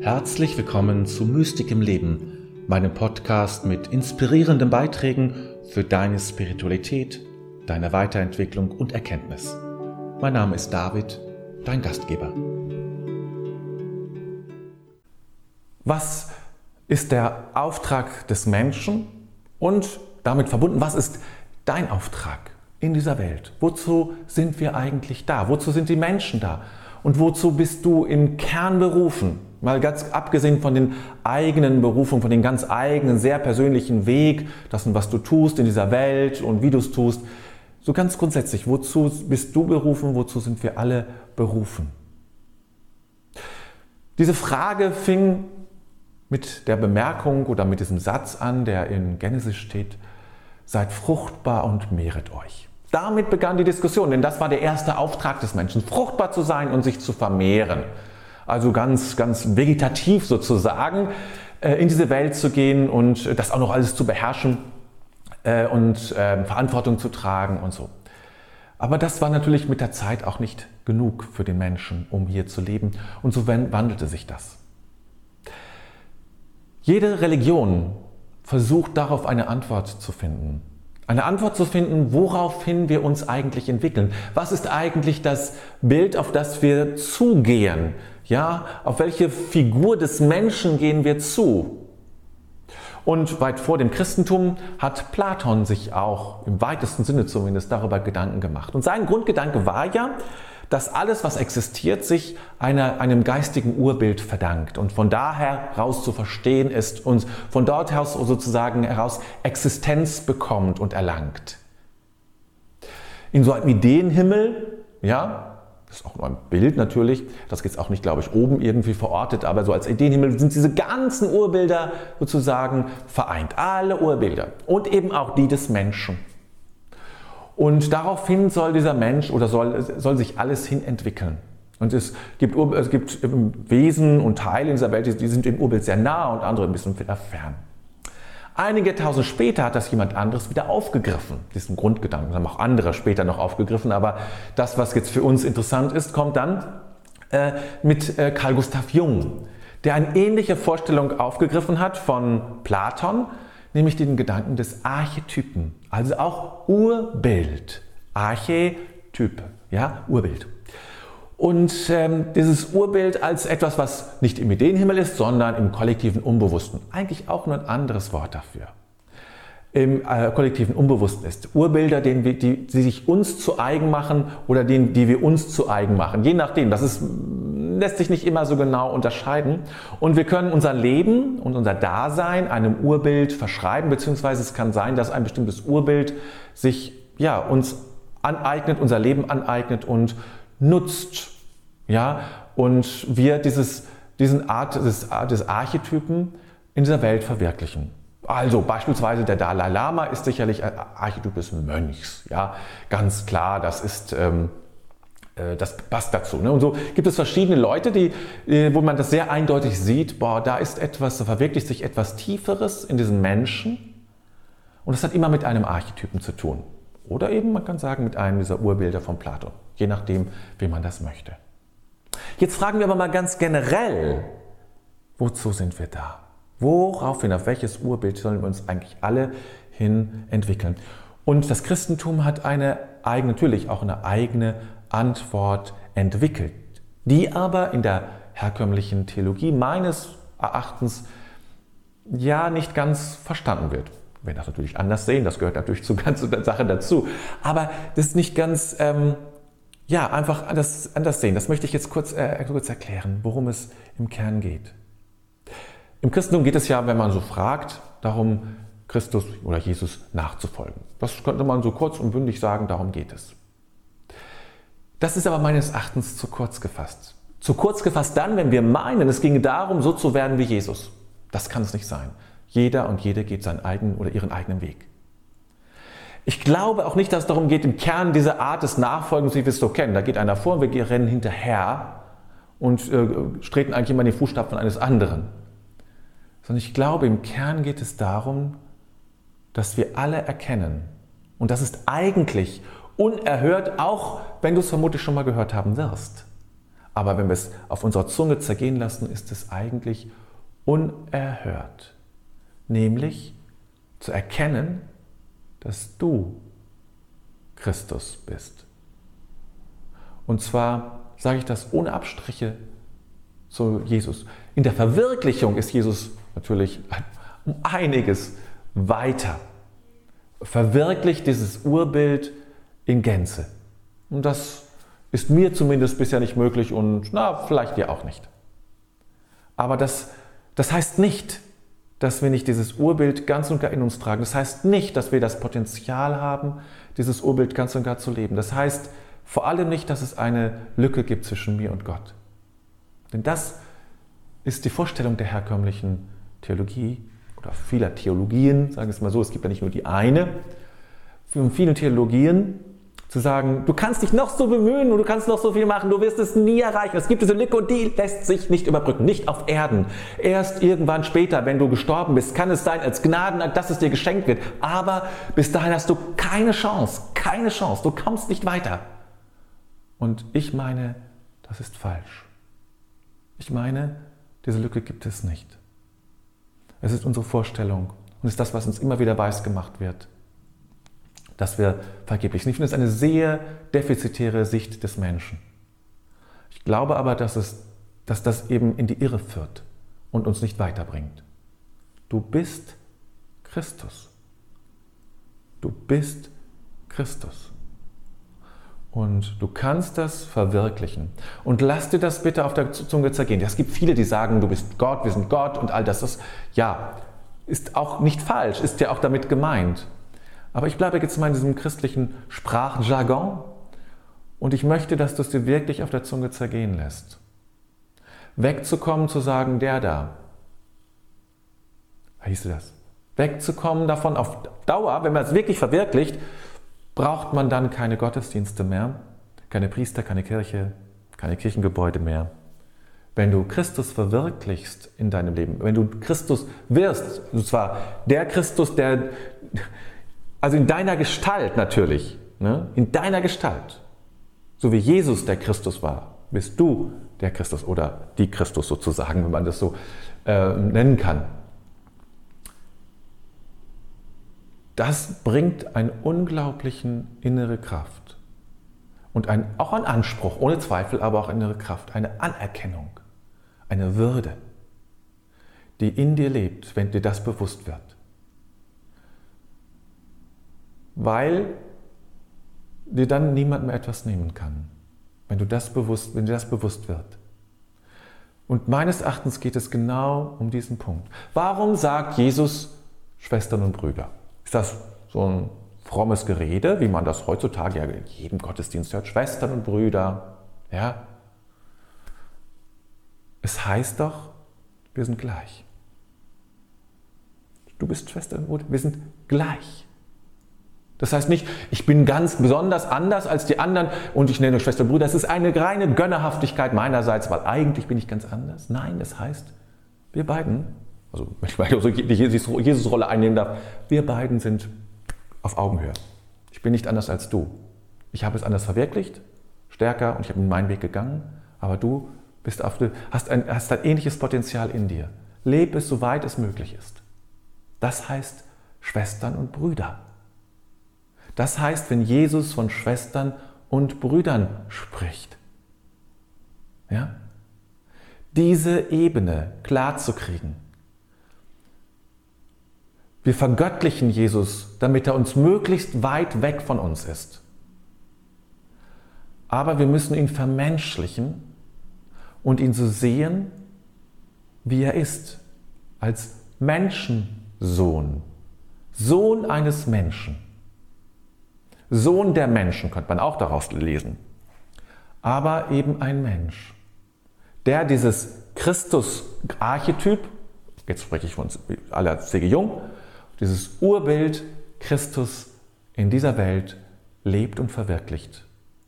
Herzlich willkommen zu Mystik im Leben, meinem Podcast mit inspirierenden Beiträgen für deine Spiritualität, deine Weiterentwicklung und Erkenntnis. Mein Name ist David, dein Gastgeber. Was ist der Auftrag des Menschen und damit verbunden, was ist dein Auftrag in dieser Welt? Wozu sind wir eigentlich da? Wozu sind die Menschen da? Und wozu bist du im Kern berufen? Mal ganz abgesehen von den eigenen Berufungen, von den ganz eigenen, sehr persönlichen Weg, das und was du tust in dieser Welt und wie du es tust. So ganz grundsätzlich, wozu bist du berufen? Wozu sind wir alle berufen? Diese Frage fing mit der Bemerkung oder mit diesem Satz an, der in Genesis steht: Seid fruchtbar und mehret euch. Damit begann die Diskussion, denn das war der erste Auftrag des Menschen, fruchtbar zu sein und sich zu vermehren. Also ganz vegetativ sozusagen in diese Welt zu gehen und das auch noch alles zu beherrschen und Verantwortung zu tragen und so. Aber das war natürlich mit der Zeit auch nicht genug für den Menschen, um hier zu leben, und so wandelte sich das. Jede Religion versucht darauf eine Antwort zu finden. Eine Antwort zu finden, woraufhin wir uns eigentlich entwickeln. Was ist eigentlich das Bild, auf das wir zugehen? Ja, auf welche Figur des Menschen gehen wir zu? Und weit vor dem Christentum hat Platon sich auch im weitesten Sinne zumindest darüber Gedanken gemacht. Und sein Grundgedanke war ja, dass alles, was existiert, sich einem geistigen Urbild verdankt und von daher heraus zu verstehen ist und von dort aus sozusagen heraus Existenz bekommt und erlangt. In so einem Ideenhimmel, ja, das ist auch nur ein Bild natürlich, das geht auch nicht, glaube ich, oben irgendwie verortet, aber so als Ideenhimmel sind diese ganzen Urbilder sozusagen vereint, alle Urbilder und eben auch die des Menschen. Und daraufhin soll dieser Mensch oder soll sich alles hin entwickeln. Und es gibt Wesen und Teile in dieser Welt, die sind dem Urbild sehr nah und andere ein bisschen wieder fern. Einige tausend später hat das jemand anderes wieder aufgegriffen, diesen Grundgedanken. Das haben auch andere später noch aufgegriffen, aber das, was jetzt für uns interessant ist, kommt dann mit Carl Gustav Jung, der eine ähnliche Vorstellung aufgegriffen hat von Platon, nämlich den Gedanken des Archetypen, also auch Urbild. Archetype, ja, Urbild. Und dieses Urbild als etwas, was nicht im Ideenhimmel ist, sondern im kollektiven Unbewussten. Eigentlich auch nur ein anderes Wort dafür. Im kollektiven Unbewussten ist. Urbilder, die sich uns zu eigen machen oder die wir uns zu eigen machen. Je nachdem, lässt sich nicht immer so genau unterscheiden. Und wir können unser Leben und unser Dasein einem Urbild verschreiben, beziehungsweise es kann sein, dass ein bestimmtes Urbild sich uns aneignet, unser Leben aneignet und nutzt. Ja? Und wir diesen Art des Archetypen in dieser Welt verwirklichen. Also beispielsweise der Dalai Lama ist sicherlich ein Archetyp des Mönchs. Ja? Ganz klar, das passt dazu. Ne? Und so gibt es verschiedene Leute, wo man das sehr eindeutig sieht, da verwirklicht sich etwas Tieferes in diesem Menschen. Und das hat immer mit einem Archetypen zu tun. Oder eben, man kann sagen, mit einem dieser Urbilder von Platon. Je nachdem, wie man das möchte. Jetzt fragen wir aber mal ganz generell, wozu sind wir da? Auf welches Urbild sollen wir uns eigentlich alle hin entwickeln? Und das Christentum hat natürlich auch eine eigene Antwort entwickelt, die aber in der herkömmlichen Theologie meines Erachtens nicht ganz verstanden wird. Wir werden das natürlich anders sehen, das gehört natürlich zur ganzen Sache dazu, aber das ist nicht ganz, einfach anders sehen. Das möchte ich jetzt kurz erklären, worum es im Kern geht. Im Christentum geht es ja, wenn man so fragt, darum, Christus oder Jesus nachzufolgen. Das könnte man so kurz und bündig sagen, darum geht es. Das ist aber meines Erachtens zu kurz gefasst. Zu kurz gefasst dann, wenn wir meinen, es ginge darum, so zu werden wie Jesus. Das kann es nicht sein. Jeder und jede geht seinen eigenen oder ihren eigenen Weg. Ich glaube auch nicht, dass es darum geht, im Kern diese Art des Nachfolgens, wie wir es so kennen. Da geht einer vor und wir rennen hinterher und treten eigentlich immer in die Fußstapfen eines anderen. Sondern ich glaube, im Kern geht es darum, dass wir alle erkennen. Und das ist eigentlich unerhört, auch wenn du es vermutlich schon mal gehört haben wirst. Aber wenn wir es auf unserer Zunge zergehen lassen, ist es eigentlich unerhört. Nämlich zu erkennen, dass du Christus bist. Und zwar sage ich das ohne Abstriche zu Jesus. In der Verwirklichung ist Jesus natürlich um einiges weiter. Verwirklicht dieses Urbild in Gänze. Und das ist mir zumindest bisher nicht möglich und vielleicht dir auch nicht. Aber das heißt nicht, dass wir nicht dieses Urbild ganz und gar in uns tragen. Das heißt nicht, dass wir das Potenzial haben, dieses Urbild ganz und gar zu leben. Das heißt vor allem nicht, dass es eine Lücke gibt zwischen mir und Gott. Denn das ist die Vorstellung der herkömmlichen Theologie oder vieler Theologien, sagen wir es mal so, es gibt ja nicht nur die eine, von vielen Theologien, zu sagen, du kannst dich noch so bemühen und du kannst noch so viel machen, du wirst es nie erreichen. Es gibt diese Lücke und die lässt sich nicht überbrücken, nicht auf Erden. Erst irgendwann später, wenn du gestorben bist, kann es sein, als Gnadenakt, dass es dir geschenkt wird. Aber bis dahin hast du keine Chance, du kommst nicht weiter. Und ich meine, das ist falsch. Ich meine, diese Lücke gibt es nicht. Es ist unsere Vorstellung und ist das, was uns immer wieder weisgemacht wird, dass wir vergeblich sind. Ich finde es eine sehr defizitäre Sicht des Menschen. Ich glaube aber, dass das eben in die Irre führt und uns nicht weiterbringt. Du bist Christus. Du bist Christus. Und du kannst das verwirklichen. Und lass dir das bitte auf der Zunge zergehen. Es gibt viele, die sagen, du bist Gott, wir sind Gott und all das. Ist auch nicht falsch, ist ja auch damit gemeint. Aber ich bleibe jetzt mal in diesem christlichen Sprachjargon und ich möchte, dass du es dir wirklich auf der Zunge zergehen lässt. Wegzukommen, zu sagen, der da. Wie hieß das? Wegzukommen davon auf Dauer, wenn man es wirklich verwirklicht, braucht man dann keine Gottesdienste mehr, keine Priester, keine Kirche, keine Kirchengebäude mehr. Wenn du Christus verwirklichst in deinem Leben, wenn du Christus wirst, und zwar der Christus, also in deiner Gestalt natürlich, in deiner Gestalt, so wie Jesus der Christus war, bist du der Christus oder die Christus sozusagen, wenn man das so nennen kann. Das bringt eine unglaubliche innere Kraft und auch einen Anspruch, ohne Zweifel, aber auch innere Kraft, eine Anerkennung, eine Würde, die in dir lebt, wenn dir das bewusst wird. Weil dir dann niemand mehr etwas nehmen kann, wenn dir das bewusst wird. Und meines Erachtens geht es genau um diesen Punkt. Warum sagt Jesus Schwestern und Brüder? Ist das so ein frommes Gerede, wie man das heutzutage ja in jedem Gottesdienst hört? Schwestern und Brüder, ja? Es heißt doch, wir sind gleich. Du bist Schwester und Bruder, wir sind gleich. Das heißt nicht, ich bin ganz besonders anders als die anderen und ich nenne euch Schwester und Bruder. Das ist eine reine Gönnerhaftigkeit meinerseits, weil eigentlich bin ich ganz anders. Nein, es heißt, wir beiden, also wenn ich mal so die Jesus-Rolle einnehmen darf, wir beiden sind auf Augenhöhe. Ich bin nicht anders als du. Ich habe es anders verwirklicht, stärker und ich bin meinen Weg gegangen, aber du hast ein ähnliches Potenzial in dir. Lebe es, soweit es möglich ist. Das heißt Schwestern und Brüder. Das heißt, wenn Jesus von Schwestern und Brüdern spricht, ja, diese Ebene klar zu kriegen. Wir vergöttlichen Jesus, damit er uns möglichst weit weg von uns ist. Aber wir müssen ihn vermenschlichen und ihn so sehen, wie er ist, als Menschensohn, Sohn eines Menschen. Sohn der Menschen, könnte man auch daraus lesen. Aber eben ein Mensch, der dieses Christus-Archetyp, jetzt spreche ich von aller C.G. Jung, dieses Urbild Christus in dieser Welt lebt und verwirklicht.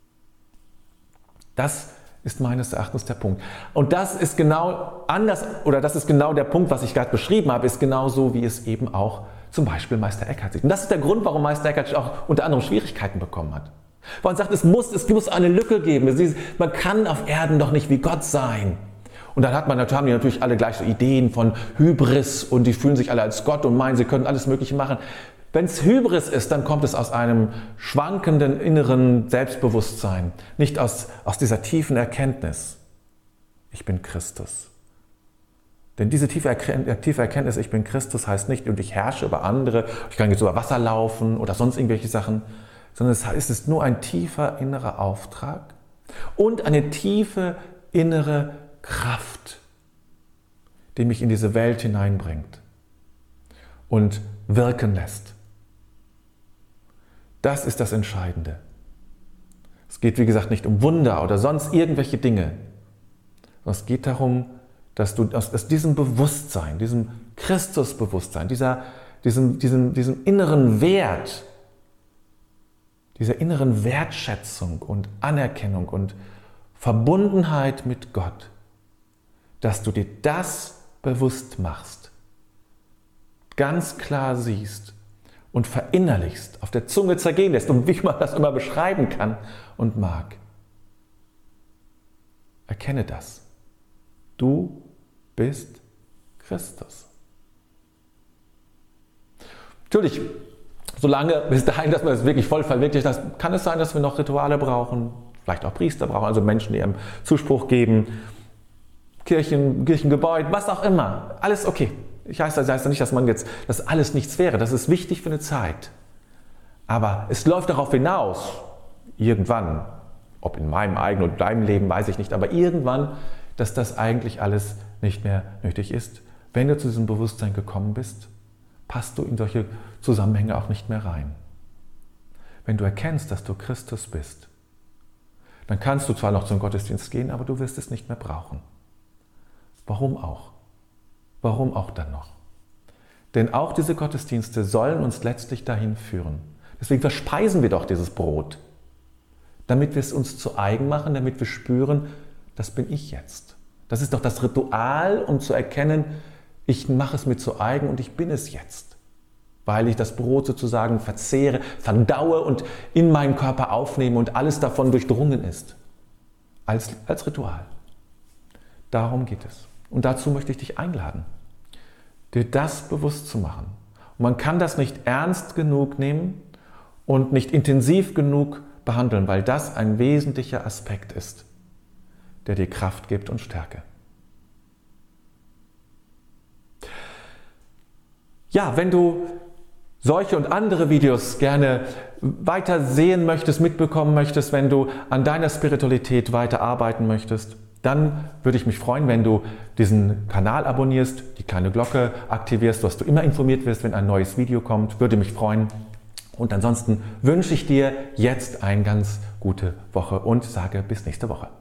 Das ist meines Erachtens der Punkt. Und das ist genau anders, oder das ist genau der Punkt, was ich gerade beschrieben habe, ist genau so, wie es eben auch zum Beispiel Meister Eckhart sieht. Und das ist der Grund, warum Meister Eckhart auch unter anderem Schwierigkeiten bekommen hat. Weil man sagt, es muss eine Lücke geben. Man kann auf Erden doch nicht wie Gott sein. Und dann haben die natürlich alle gleich so Ideen von Hybris und die fühlen sich alle als Gott und meinen, sie können alles Mögliche machen. Wenn es Hybris ist, dann kommt es aus einem schwankenden inneren Selbstbewusstsein, nicht aus dieser tiefen Erkenntnis. Ich bin Christus. Denn diese tiefe Erkenntnis, ich bin Christus, heißt nicht, und ich herrsche über andere, ich kann jetzt über Wasser laufen oder sonst irgendwelche Sachen, sondern es ist nur ein tiefer innerer Auftrag und eine tiefe innere Kraft, die mich in diese Welt hineinbringt und wirken lässt. Das ist das Entscheidende. Es geht, wie gesagt, nicht um Wunder oder sonst irgendwelche Dinge, sondern es geht darum, dass du aus diesem Bewusstsein, diesem Christusbewusstsein, diesem inneren Wert, dieser inneren Wertschätzung und Anerkennung und Verbundenheit mit Gott, dass du dir das bewusst machst, ganz klar siehst und verinnerlichst, auf der Zunge zergehen lässt und wie man das immer beschreiben kann und mag. Erkenne das. Du bist Christus. Natürlich, solange bis dahin, dass man es wirklich voll verwirklicht, kann es sein, dass wir noch Rituale brauchen, vielleicht auch Priester brauchen, also Menschen, die einem Zuspruch geben, Kirchengebäude, was auch immer. Alles okay. Das heißt nicht, dass das alles nichts wäre. Das ist wichtig für eine Zeit. Aber es läuft darauf hinaus, irgendwann, ob in meinem eigenen oder deinem Leben, weiß ich nicht, aber irgendwann, dass das eigentlich alles nicht mehr nötig ist. Wenn du zu diesem Bewusstsein gekommen bist, passt du in solche Zusammenhänge auch nicht mehr rein. Wenn du erkennst, dass du Christus bist, dann kannst du zwar noch zum Gottesdienst gehen, aber du wirst es nicht mehr brauchen. Warum auch? Warum auch dann noch? Denn auch diese Gottesdienste sollen uns letztlich dahin führen. Deswegen verspeisen wir doch dieses Brot, damit wir es uns zu eigen machen, damit wir spüren, das bin ich jetzt. Das ist doch das Ritual, um zu erkennen, ich mache es mir zu eigen und ich bin es jetzt. Weil ich das Brot sozusagen verzehre, verdaue und in meinen Körper aufnehme und alles davon durchdrungen ist. Als Ritual. Darum geht es. Und dazu möchte ich dich einladen, dir das bewusst zu machen. Und man kann das nicht ernst genug nehmen und nicht intensiv genug behandeln, weil das ein wesentlicher Aspekt ist, der dir Kraft gibt und Stärke. Ja, wenn du solche und andere Videos gerne weiter sehen möchtest, mitbekommen möchtest, wenn du an deiner Spiritualität weiter arbeiten möchtest, dann würde ich mich freuen, wenn du diesen Kanal abonnierst, die kleine Glocke aktivierst, sodass du immer informiert wirst, wenn ein neues Video kommt. Würde mich freuen. Und ansonsten wünsche ich dir jetzt eine ganz gute Woche und sage bis nächste Woche.